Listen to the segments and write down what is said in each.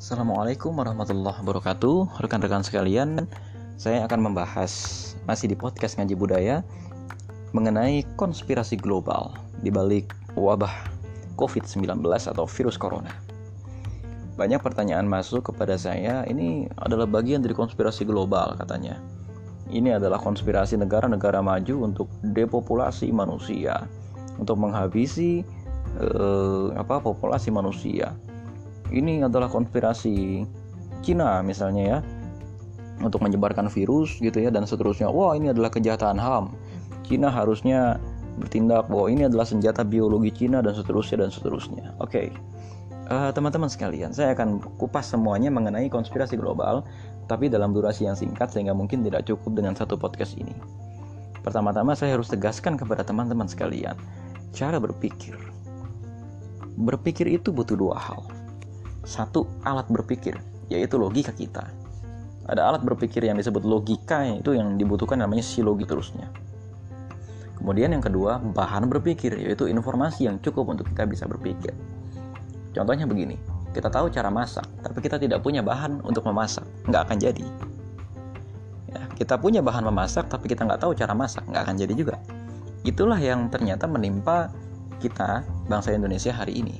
Assalamualaikum warahmatullahi wabarakatuh. Rekan-rekan sekalian, saya akan membahas masih di podcast Ngaji Budaya mengenai konspirasi global di balik wabah COVID-19 atau virus corona. Banyak pertanyaan masuk kepada saya, ini adalah bagian dari konspirasi global katanya. Ini adalah konspirasi negara-negara maju untuk depopulasi manusia, untuk menghabisi populasi manusia. Ini adalah konspirasi Cina misalnya ya, untuk menyebarkan virus gitu ya, dan seterusnya. Wah, ini adalah kejahatan HAM. Cina harusnya bertindak, bahwa ini adalah senjata biologi Cina, dan seterusnya. Oke. Teman-teman sekalian, saya akan kupas semuanya mengenai konspirasi global, tapi dalam durasi yang singkat sehingga mungkin tidak cukup dengan satu podcast ini. Pertama-tama saya harus tegaskan kepada teman-teman sekalian, cara berpikir. Berpikir itu butuh dua hal. Satu, alat berpikir, yaitu logika kita. Ada alat berpikir yang disebut logika, itu yang dibutuhkan namanya silogi terusnya. Kemudian yang kedua, bahan berpikir, yaitu informasi yang cukup untuk kita bisa berpikir. Contohnya begini, kita tahu cara masak, tapi kita tidak punya bahan untuk memasak, nggak akan jadi. Ya, kita punya bahan memasak, tapi kita nggak tahu cara masak, nggak akan jadi juga. Itulah yang ternyata menimpa kita, bangsa Indonesia hari ini.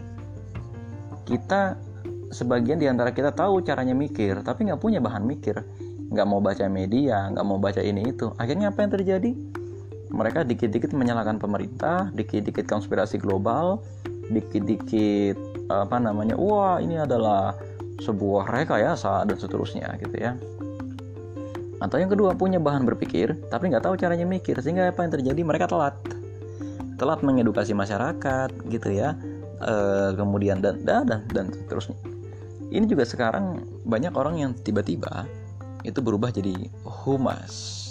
Sebagian di antara kita tahu caranya mikir, tapi nggak punya bahan mikir, nggak mau baca media, nggak mau baca ini itu. Akhirnya apa yang terjadi? Mereka dikit-dikit menyalahkan pemerintah, dikit-dikit konspirasi global, dikit-dikit wah ini adalah sebuah rekayasa dan seterusnya gitu ya. Atau yang kedua, punya bahan berpikir, tapi nggak tahu caranya mikir, sehingga apa yang terjadi? Mereka telat mengedukasi masyarakat gitu ya. Kemudian dan seterusnya. Ini juga sekarang banyak orang yang tiba-tiba itu berubah jadi humas.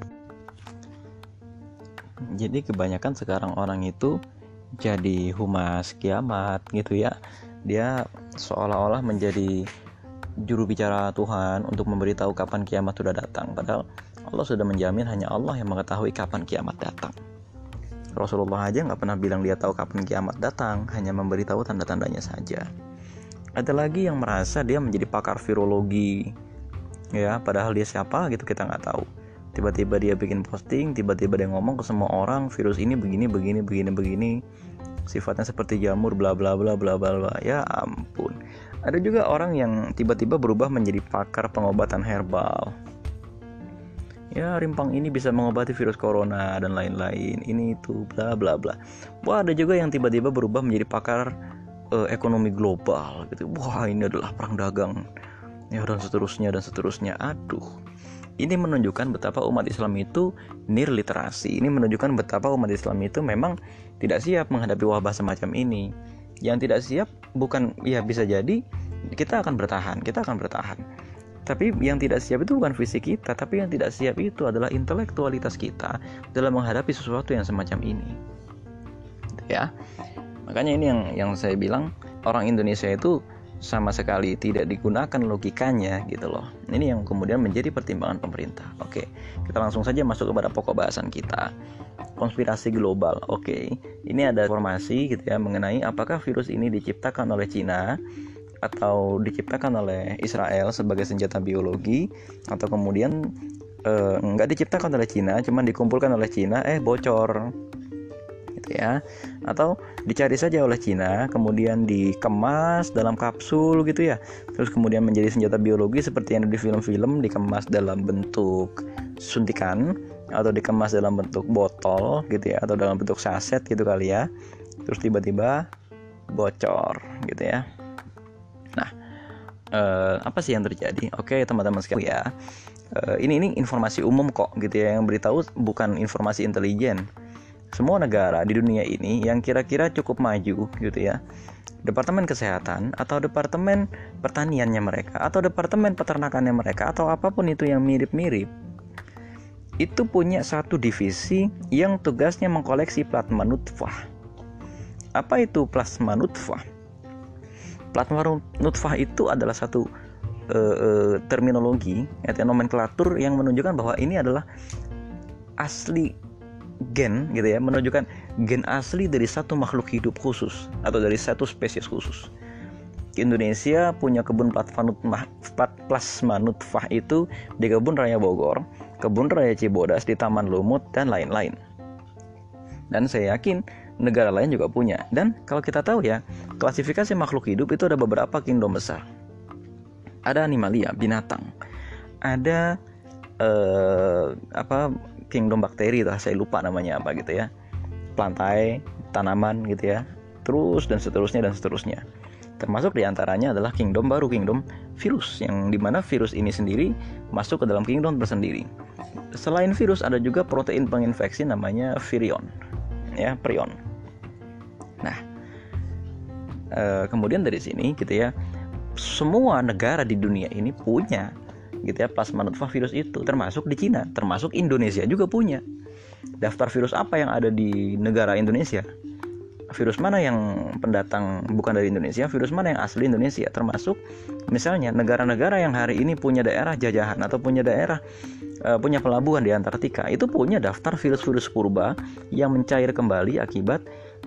Jadi kebanyakan sekarang orang itu jadi humas kiamat gitu ya. Dia seolah-olah menjadi juru bicara Tuhan untuk memberitahu kapan kiamat sudah datang. Padahal Allah sudah menjamin hanya Allah yang mengetahui kapan kiamat datang. Rasulullah aja nggak pernah bilang dia tahu kapan kiamat datang, hanya memberitahu tanda-tandanya saja. Ada lagi yang merasa dia menjadi pakar virologi, ya, padahal dia siapa gitu kita nggak tahu. Tiba-tiba dia bikin posting, tiba-tiba dia ngomong ke semua orang, virus ini begini, sifatnya seperti jamur, bla bla bla bla bla. Ya ampun. Ada juga orang yang tiba-tiba berubah menjadi pakar pengobatan herbal. Ya, rimpang ini bisa mengobati virus corona dan lain-lain, ini itu bla bla bla. Wah, ada juga yang tiba-tiba berubah menjadi pakar ekonomi global gitu. Wah, ini adalah perang dagang ya, dan seterusnya. Aduh, ini menunjukkan betapa umat Islam itu near literasi. Ini menunjukkan betapa umat Islam itu memang tidak siap menghadapi wabah semacam ini. Yang tidak siap bukan, ya bisa jadi kita akan bertahan. Tapi yang tidak siap itu bukan fisik kita, tapi yang tidak siap itu adalah intelektualitas kita dalam menghadapi sesuatu yang semacam ini. Ya. Makanya ini yang saya bilang, orang Indonesia itu sama sekali tidak digunakan logikanya gitu loh. Ini yang kemudian menjadi pertimbangan pemerintah. Oke, kita langsung saja masuk kepada pokok bahasan kita. Konspirasi global. Oke, ini ada informasi gitu ya mengenai apakah virus ini diciptakan oleh Cina atau diciptakan oleh Israel sebagai senjata biologi, atau kemudian nggak diciptakan oleh Cina, cuman dikumpulkan oleh Cina, bocor gitu ya, atau dicari saja oleh Cina, kemudian dikemas dalam kapsul gitu ya, terus kemudian menjadi senjata biologi seperti yang di film-film, dikemas dalam bentuk suntikan atau dikemas dalam bentuk botol gitu ya, atau dalam bentuk saset gitu kali ya, terus tiba-tiba bocor gitu ya. Nah, apa sih yang terjadi? Oke, teman-teman sekalian ya, ini informasi umum kok gitu ya, yang beritahu bukan informasi intelijen. Semua negara di dunia ini yang kira-kira cukup maju gitu ya, departemen kesehatan atau departemen pertaniannya mereka atau departemen peternakannya mereka atau apapun itu yang mirip-mirip, itu punya satu divisi yang tugasnya mengkoleksi plasma nutfah. Apa itu plasma nutfah? Plasma nutfah itu adalah satu terminologi atau nomenklatur yang menunjukkan bahwa ini adalah asli gen gitu ya, menunjukkan gen asli dari satu makhluk hidup khusus atau dari satu spesies khusus. Indonesia punya kebun plasma nutfah itu di Kebun Raya Bogor, Kebun Raya Cibodas, di Taman Lumut, dan lain-lain. Dan saya yakin negara lain juga punya. Dan kalau kita tahu ya, klasifikasi makhluk hidup itu ada beberapa kingdom besar. Ada animalia, binatang. Ada kingdom bakteri, saya lupa namanya apa gitu ya. Plantae, tanaman gitu ya. Terus dan seterusnya. Termasuk diantaranya adalah kingdom baru, kingdom virus, yang dimana virus ini sendiri masuk ke dalam kingdom tersendiri. Selain virus ada juga protein penginfeksi namanya virion, ya, prion. Nah, kemudian dari sini gitu ya, semua negara di dunia ini punya gitu ya plasma nutfah virus itu, termasuk di Cina, termasuk Indonesia juga punya. Daftar virus apa yang ada di negara Indonesia? Virus mana yang pendatang bukan dari Indonesia, virus mana yang asli Indonesia, termasuk misalnya negara-negara yang hari ini punya daerah jajahan atau punya daerah punya pelabuhan di Antartika, itu punya daftar virus-virus purba yang mencair kembali akibat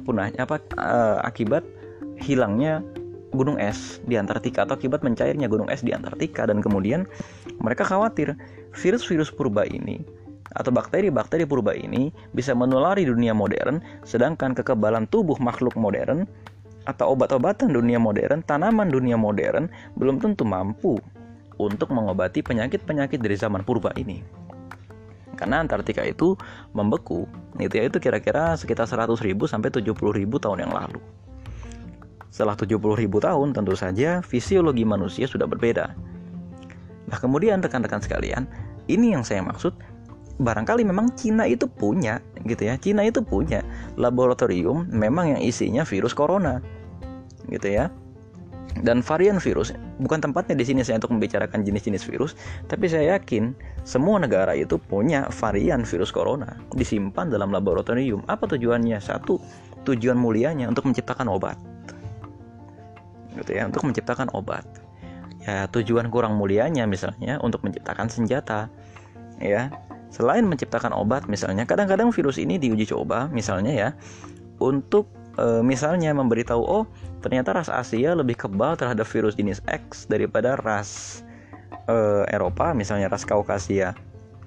akibat hilangnya gunung es di Antartika atau akibat mencairnya gunung es di Antartika. Dan kemudian mereka khawatir virus-virus purba ini atau bakteri-bakteri purba ini bisa menulari dunia modern, sedangkan kekebalan tubuh makhluk modern atau obat-obatan dunia modern, tanaman dunia modern belum tentu mampu untuk mengobati penyakit-penyakit dari zaman purba ini. Karena Antartika itu membeku, itu kira-kira sekitar 100.000 sampai 70.000 tahun yang lalu. Setelah 70.000 tahun, tentu saja fisiologi manusia sudah berbeda. Nah, kemudian rekan-rekan sekalian, ini yang saya maksud. Barangkali memang Cina itu punya gitu ya. Cina itu punya laboratorium memang yang isinya virus corona gitu ya. Dan varian virus, bukan tempatnya di sini saya untuk membicarakan jenis-jenis virus, tapi saya yakin semua negara itu punya varian virus corona disimpan dalam laboratorium. Apa tujuannya? Satu, tujuan mulianya untuk menciptakan obat. Gitu ya, untuk menciptakan obat. Ya, tujuan kurang mulianya misalnya untuk menciptakan senjata. Ya. Selain menciptakan obat misalnya, kadang-kadang virus ini diuji coba misalnya ya untuk misalnya memberitahu, oh ternyata ras Asia lebih kebal terhadap virus jenis X daripada ras Eropa, misalnya ras Kaukasia,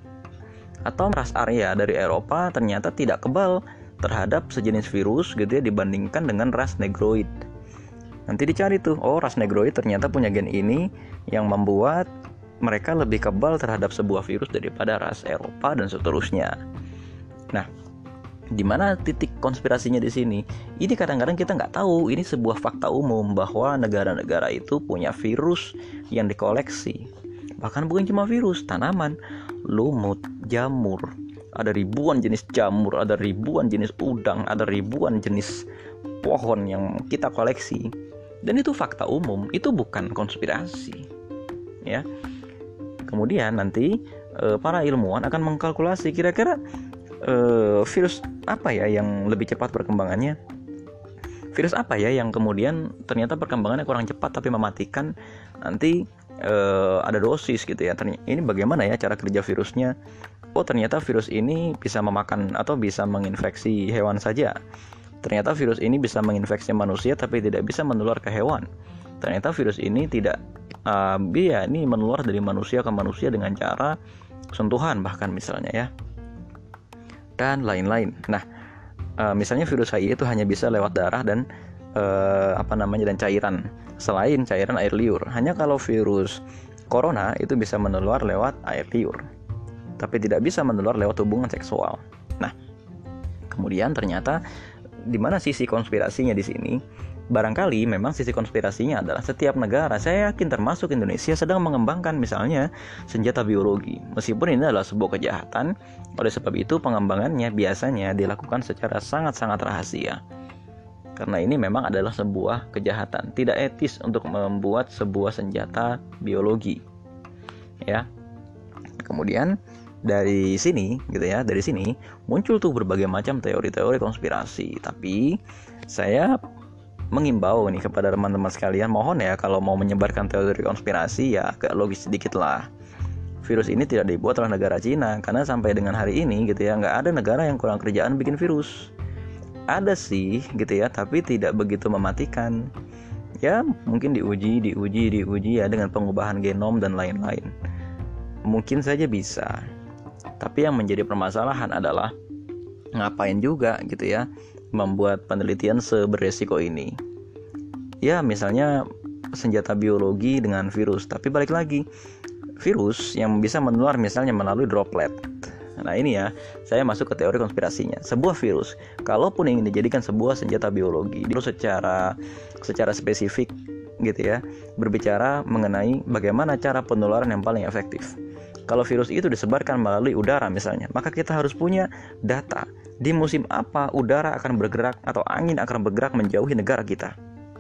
atau ras Arya dari Eropa ternyata tidak kebal terhadap sejenis virus gitu ya dibandingkan dengan ras Negroid. Nanti dicari tuh, oh ras Negroid ternyata punya gen ini yang membuat mereka lebih kebal terhadap sebuah virus daripada ras Eropa dan seterusnya. Nah, di mana titik konspirasinya di sini? Ini kadang-kadang kita nggak tahu. Ini sebuah fakta umum bahwa negara-negara itu punya virus yang dikoleksi. Bahkan bukan cuma virus, tanaman, lumut, jamur. Ada ribuan jenis jamur, ada ribuan jenis udang, ada ribuan jenis pohon yang kita koleksi. Dan itu fakta umum, itu bukan konspirasi. Ya. Kemudian nanti para ilmuwan akan mengkalkulasi kira-kira virus apa ya yang lebih cepat perkembangannya. Virus apa ya yang kemudian ternyata perkembangannya kurang cepat tapi mematikan. Nanti ada dosis gitu ya. Ini bagaimana ya cara kerja virusnya? Oh ternyata virus ini bisa memakan atau bisa menginfeksi hewan saja. Ternyata virus ini bisa menginfeksi manusia tapi tidak bisa menular ke hewan. Ternyata virus ini tidak ini menular dari manusia ke manusia dengan cara sentuhan bahkan misalnya ya, dan lain-lain. Nah, misalnya virus HIV itu hanya bisa lewat darah dan dan cairan selain cairan air liur. Hanya kalau virus corona itu bisa menular lewat air liur, tapi tidak bisa menular lewat hubungan seksual. Nah, kemudian ternyata di mana sisi konspirasinya di sini? Barangkali memang sisi konspirasinya adalah setiap negara, saya yakin termasuk Indonesia, sedang mengembangkan misalnya senjata biologi. Meskipun ini adalah sebuah kejahatan, oleh sebab itu pengembangannya biasanya dilakukan secara sangat-sangat rahasia. Karena ini memang adalah sebuah kejahatan, tidak etis untuk membuat sebuah senjata biologi. Ya. Kemudian dari sini gitu ya, dari sini muncul tuh berbagai macam teori-teori konspirasi. Tapi saya mengimbau nih kepada teman-teman sekalian, mohon ya kalau mau menyebarkan teori konspirasi ya agak logis sedikit lah. Virus ini tidak dibuat oleh negara Cina, karena sampai dengan hari ini gitu ya nggak ada negara yang kurang kerjaan bikin virus. Ada sih gitu ya, tapi tidak begitu mematikan Ya mungkin diuji ya dengan pengubahan genom dan lain-lain. Mungkin saja bisa. Tapi yang menjadi permasalahan adalah ngapain juga gitu ya membuat penelitian seberesiko ini. Ya misalnya senjata biologi dengan virus, tapi balik lagi, virus yang bisa menular misalnya melalui droplet. Nah ini ya, saya masuk ke teori konspirasinya. Sebuah virus, kalaupun ingin dijadikan sebuah senjata biologi, itu secara spesifik gitu ya, berbicara mengenai bagaimana cara penularan yang paling efektif. Kalau virus itu disebarkan melalui udara misalnya, maka kita harus punya data di musim apa udara akan bergerak atau angin akan bergerak menjauhi negara kita.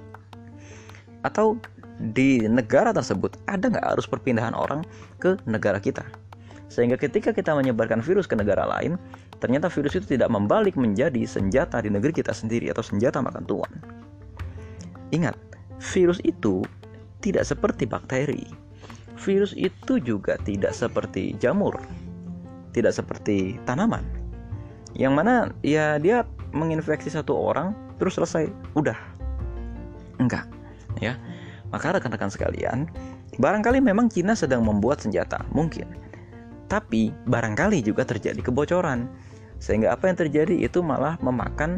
Atau di negara tersebut ada nggak arus perpindahan orang ke negara kita. Sehingga ketika kita menyebarkan virus ke negara lain, ternyata virus itu tidak membalik menjadi senjata di negeri kita sendiri atau senjata makan tuan. Ingat, virus itu tidak seperti bakteri. Virus itu juga tidak seperti jamur, tidak seperti tanaman, yang mana ya dia menginfeksi satu orang terus selesai, udah. Enggak, ya. Maka rekan-rekan sekalian, barangkali memang Cina sedang membuat senjata, mungkin. Tapi barangkali juga terjadi kebocoran, sehingga apa yang terjadi itu malah memakan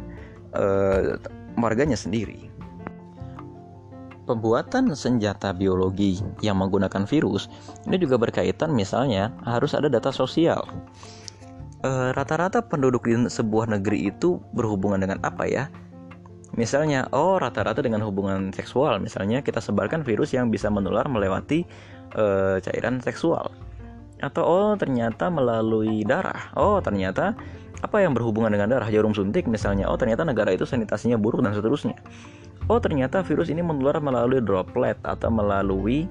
warganya sendiri. Pembuatan senjata biologi yang menggunakan virus ini juga berkaitan, misalnya harus ada data sosial. Rata-rata penduduk di sebuah negeri itu berhubungan dengan apa ya? Misalnya, rata-rata dengan hubungan seksual. Misalnya kita sebarkan virus yang bisa menular melewati cairan seksual. Atau ternyata melalui darah. Ternyata apa yang berhubungan dengan darah? Jarum suntik misalnya. Ternyata negara itu sanitasinya buruk dan seterusnya. Ternyata virus ini menular melalui droplet atau melalui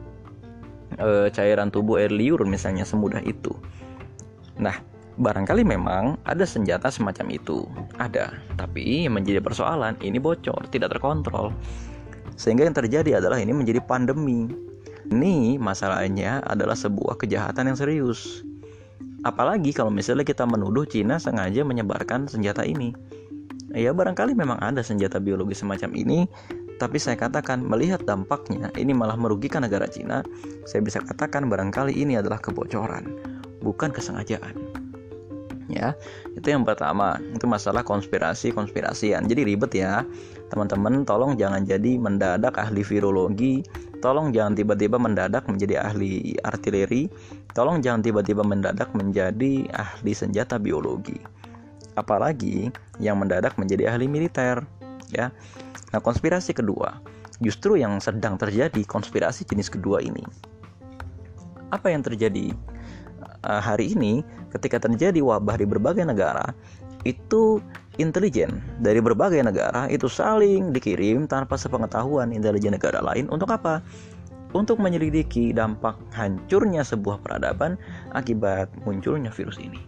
cairan tubuh air liur misalnya, semudah itu. Nah, barangkali memang ada senjata semacam itu. Ada, tapi yang menjadi persoalan ini bocor, tidak terkontrol. Sehingga yang terjadi adalah ini menjadi pandemi. Ini masalahnya adalah sebuah kejahatan yang serius. Apalagi kalau misalnya kita menuduh Cina sengaja menyebarkan senjata ini. Ya barangkali memang ada senjata biologi semacam ini, tapi saya katakan melihat dampaknya ini malah merugikan negara Cina. Saya bisa katakan barangkali ini adalah kebocoran, bukan kesengajaan. Ya, itu yang pertama, itu masalah konspirasian. Jadi ribet ya, teman-teman. Tolong jangan jadi mendadak ahli virologi. Tolong jangan tiba-tiba mendadak menjadi ahli artileri. Tolong jangan tiba-tiba mendadak menjadi ahli senjata biologi. Apalagi yang mendadak menjadi ahli militer, ya. Nah, konspirasi kedua, justru yang sedang terjadi konspirasi jenis kedua ini. Apa yang terjadi hari ini ketika terjadi wabah di berbagai negara? Itu intelijen dari berbagai negara itu saling dikirim tanpa sepengetahuan intelijen negara lain. Untuk apa? Untuk menyelidiki dampak hancurnya sebuah peradaban akibat munculnya virus ini.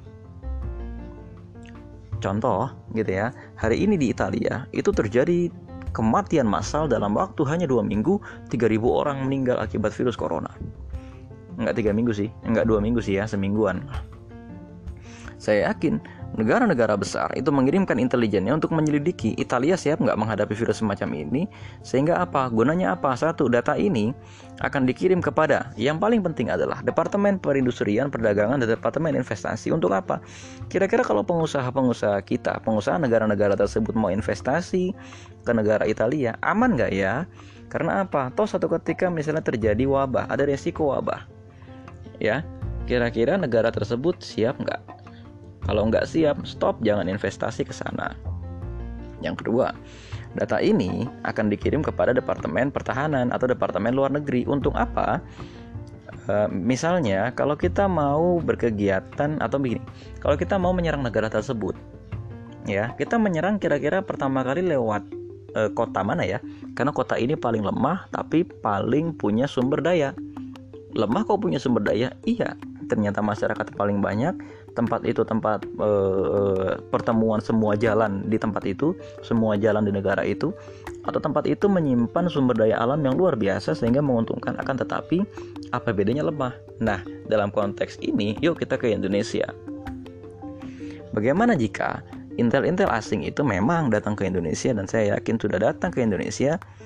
Contoh gitu ya, hari ini di Italia itu terjadi kematian massal dalam waktu hanya 2 minggu, 3.000 orang meninggal akibat virus corona. Enggak 3 minggu sih, enggak 2 minggu sih ya, semingguan. Saya yakin negara-negara besar itu mengirimkan intelijennya untuk menyelidiki Italia siap nggak menghadapi virus semacam ini. Sehingga apa? Gunanya apa? Satu, data ini akan dikirim kepada, yang paling penting adalah Departemen Perindustrian, Perdagangan, dan Departemen Investasi. Untuk apa? Kira-kira kalau pengusaha-pengusaha kita, pengusaha negara-negara tersebut mau investasi ke negara Italia, aman nggak ya? Karena apa? Toh satu ketika misalnya terjadi wabah, ada resiko wabah, ya. Kira-kira negara tersebut siap nggak? Kalau nggak siap, stop, jangan investasi ke sana. Yang kedua, data ini akan dikirim kepada Departemen Pertahanan atau Departemen Luar Negeri. Untuk apa? Misalnya, kalau kita mau berkegiatan atau begini, kalau kita mau menyerang negara tersebut, ya, kita menyerang kira-kira pertama kali lewat kota mana ya? Karena kota ini paling lemah, tapi paling punya sumber daya. Lemah kok punya sumber daya? Iya, ternyata masyarakat paling banyak. Tempat itu tempat pertemuan semua jalan di tempat itu, semua jalan di negara itu, atau tempat itu menyimpan sumber daya alam yang luar biasa sehingga menguntungkan. Akan tetapi apa bedanya lemah? Nah, dalam konteks ini yuk kita ke Indonesia. Bagaimana jika intel-intel asing itu memang datang ke Indonesia, dan saya yakin sudah datang ke Indonesia,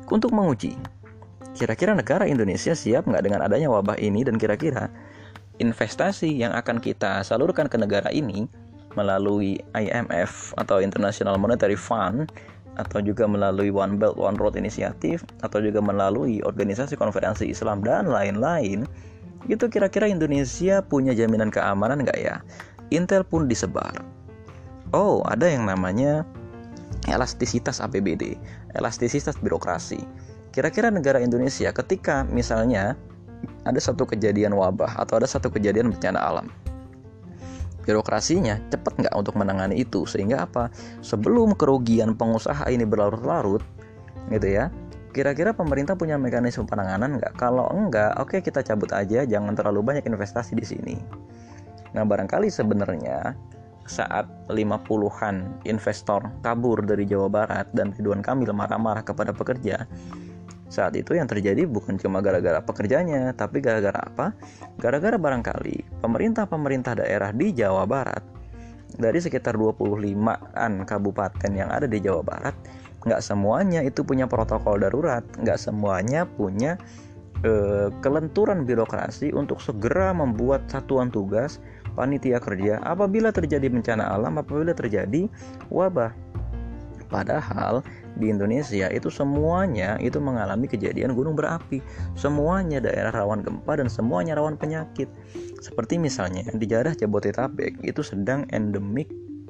untuk menguji kira-kira negara Indonesia siap nggak dengan adanya wabah ini, dan kira-kira investasi yang akan kita salurkan ke negara ini melalui IMF atau International Monetary Fund, atau juga melalui One Belt One Road Initiative, atau juga melalui Organisasi Konferensi Islam dan lain-lain, itu kira-kira Indonesia punya jaminan keamanan nggak ya? Intel pun disebar. Oh, ada yang namanya elastisitas APBD, elastisitas birokrasi. Kira-kira negara Indonesia ketika misalnya ada satu kejadian wabah atau ada satu kejadian bencana alam, birokrasinya cepat nggak untuk menangani itu, sehingga apa? Sebelum kerugian pengusaha ini berlarut-larut, gitu ya. Kira-kira pemerintah punya mekanisme penanganan nggak? Kalau enggak, oke, kita cabut aja, jangan terlalu banyak investasi di sini. Nah, barangkali sebenarnya saat 50-an investor kabur dari Jawa Barat dan Ridwan Kamil marah-marah kepada pekerja, saat itu yang terjadi bukan cuma gara-gara pekerjanya, tapi gara-gara apa? Gara-gara barangkali pemerintah daerah di Jawa Barat, dari sekitar 25-an kabupaten yang ada di Jawa Barat, nggak semuanya itu punya protokol darurat, nggak semuanya punya kelenturan birokrasi untuk segera membuat satuan tugas, panitia kerja apabila terjadi bencana alam, apabila terjadi wabah. Padahal di Indonesia itu semuanya itu mengalami kejadian gunung berapi, semuanya daerah rawan gempa dan semuanya rawan penyakit. Seperti misalnya di daerah Jabodetabek itu sedang endemik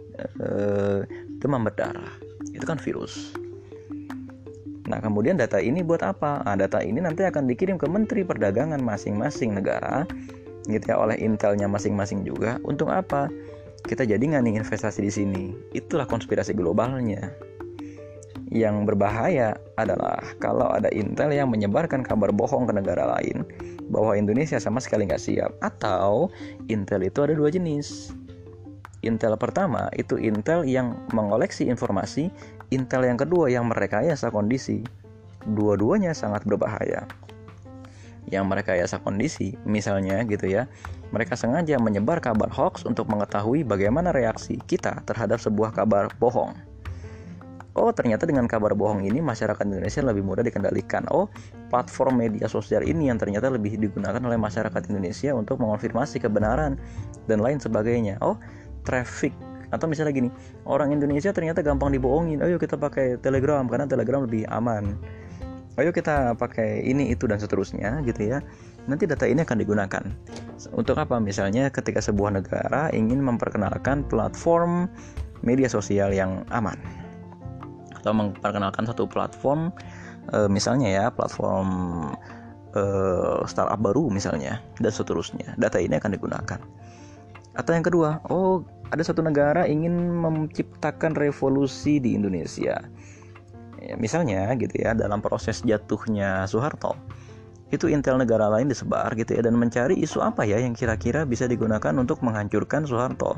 demam berdarah, itu kan virus. Nah, kemudian data ini buat apa? Nah, data ini nanti akan dikirim ke Menteri Perdagangan masing-masing negara, gitu ya, oleh intelnya masing-masing juga. Untuk apa? Kita jadi nggak nih investasi di sini? Itulah konspirasi globalnya. Yang berbahaya adalah kalau ada intel yang menyebarkan kabar bohong ke negara lain bahwa Indonesia sama sekali nggak siap. Atau intel itu ada dua jenis. Intel pertama itu intel yang mengoleksi informasi, intel yang kedua yang merekayasa kondisi. Dua-duanya sangat berbahaya. Yang merekayasa kondisi, misalnya gitu ya, mereka sengaja menyebar kabar hoax untuk mengetahui bagaimana reaksi kita terhadap sebuah kabar bohong. Oh, ternyata dengan kabar bohong ini masyarakat Indonesia lebih mudah dikendalikan. Oh, platform media sosial ini yang ternyata lebih digunakan oleh masyarakat Indonesia untuk mengonfirmasi kebenaran dan lain sebagainya. Oh, traffic, atau misalnya gini, orang Indonesia ternyata gampang dibohongin. Ayo kita pakai Telegram karena Telegram lebih aman. Ayo kita pakai ini, itu, dan seterusnya gitu ya. Nanti data ini akan digunakan untuk apa? Misalnya ketika sebuah negara ingin memperkenalkan platform media sosial yang aman, atau memperkenalkan satu platform, misalnya ya platform startup baru misalnya, dan seterusnya. Data ini akan digunakan. Atau yang kedua, oh, ada satu negara ingin menciptakan revolusi di Indonesia, ya, misalnya gitu ya, dalam proses jatuhnya Soeharto, itu intel negara lain disebar gitu ya, dan mencari isu apa ya yang kira-kira bisa digunakan untuk menghancurkan Soeharto.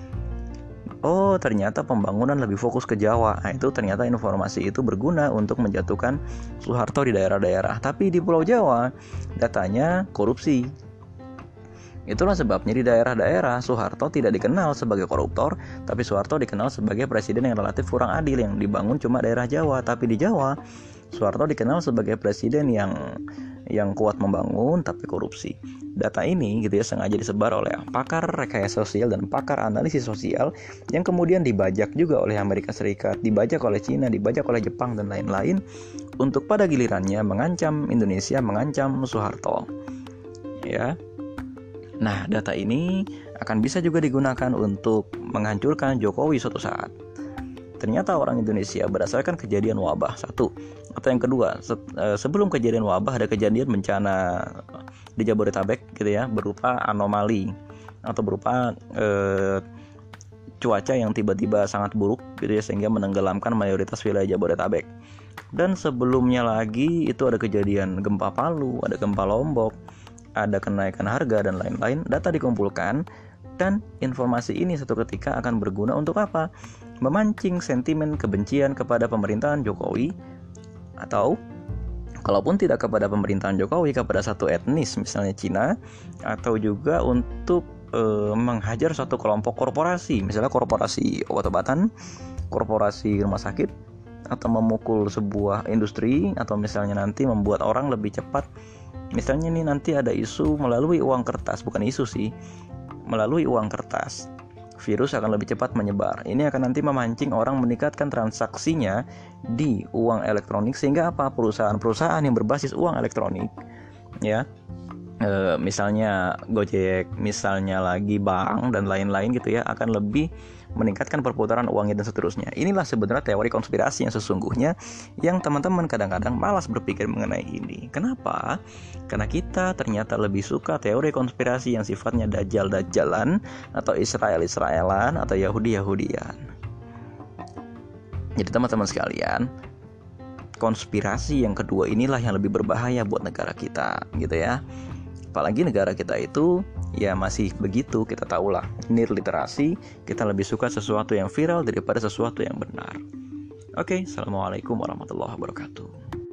Oh, ternyata pembangunan lebih fokus ke Jawa. Nah, itu ternyata informasi itu berguna untuk menjatuhkan Soeharto di daerah-daerah. Tapi di Pulau Jawa, datanya korupsi. Itulah sebabnya di daerah-daerah Soeharto tidak dikenal sebagai koruptor, tapi Soeharto dikenal sebagai presiden yang relatif kurang adil, yang dibangun cuma daerah Jawa. Tapi di Jawa, Soeharto dikenal sebagai presiden yang kuat membangun tapi korupsi. Data ini gitu ya sengaja disebar oleh pakar rekayasa sosial dan pakar analisis sosial, yang kemudian dibajak juga oleh Amerika Serikat, dibajak oleh Cina, dibajak oleh Jepang dan lain-lain, untuk pada gilirannya mengancam Indonesia, mengancam Soeharto. Ya. Nah, data ini akan bisa juga digunakan untuk menghancurkan Jokowi suatu saat. Ternyata orang Indonesia berdasarkan kejadian wabah, satu. Atau yang kedua, sebelum kejadian wabah ada kejadian bencana di Jabodetabek gitu ya, berupa anomali atau berupa cuaca yang tiba-tiba sangat buruk gitu ya, sehingga menenggelamkan mayoritas wilayah Jabodetabek. Dan sebelumnya lagi itu ada kejadian gempa Palu, ada gempa Lombok, ada kenaikan harga dan lain-lain. Data dikumpulkan dan informasi ini suatu ketika akan berguna untuk apa? Memancing sentimen kebencian kepada pemerintahan Jokowi, atau kalaupun tidak kepada pemerintahan Jokowi, kepada satu etnis misalnya Cina, atau juga untuk menghajar satu kelompok korporasi, misalnya korporasi obat-obatan, korporasi rumah sakit, atau memukul sebuah industri, atau misalnya nanti membuat orang lebih cepat. Misalnya nih nanti ada isu melalui uang kertas, bukan isu sih, melalui uang kertas virus akan lebih cepat menyebar. Ini akan nanti memancing orang meningkatkan transaksinya di uang elektronik, sehingga apa, perusahaan-perusahaan yang berbasis uang elektronik ya, misalnya Gojek, misalnya lagi bank dan lain-lain gitu ya, akan lebih meningkatkan perputaran uangnya dan seterusnya. Inilah sebenarnya teori konspirasi yang sesungguhnya, yang teman-teman kadang-kadang malas berpikir mengenai ini. Kenapa? Karena kita ternyata lebih suka teori konspirasi yang sifatnya dajjal-dajjalan, atau Israel-Israelan, atau Yahudi-Yahudian. Jadi teman-teman sekalian, konspirasi yang kedua inilah yang lebih berbahaya buat negara kita gitu ya. Apalagi negara kita itu ya masih begitu, kita tahulah, near literasi, kita lebih suka sesuatu yang viral daripada sesuatu yang benar. Oke, assalamualaikum warahmatullahi wabarakatuh.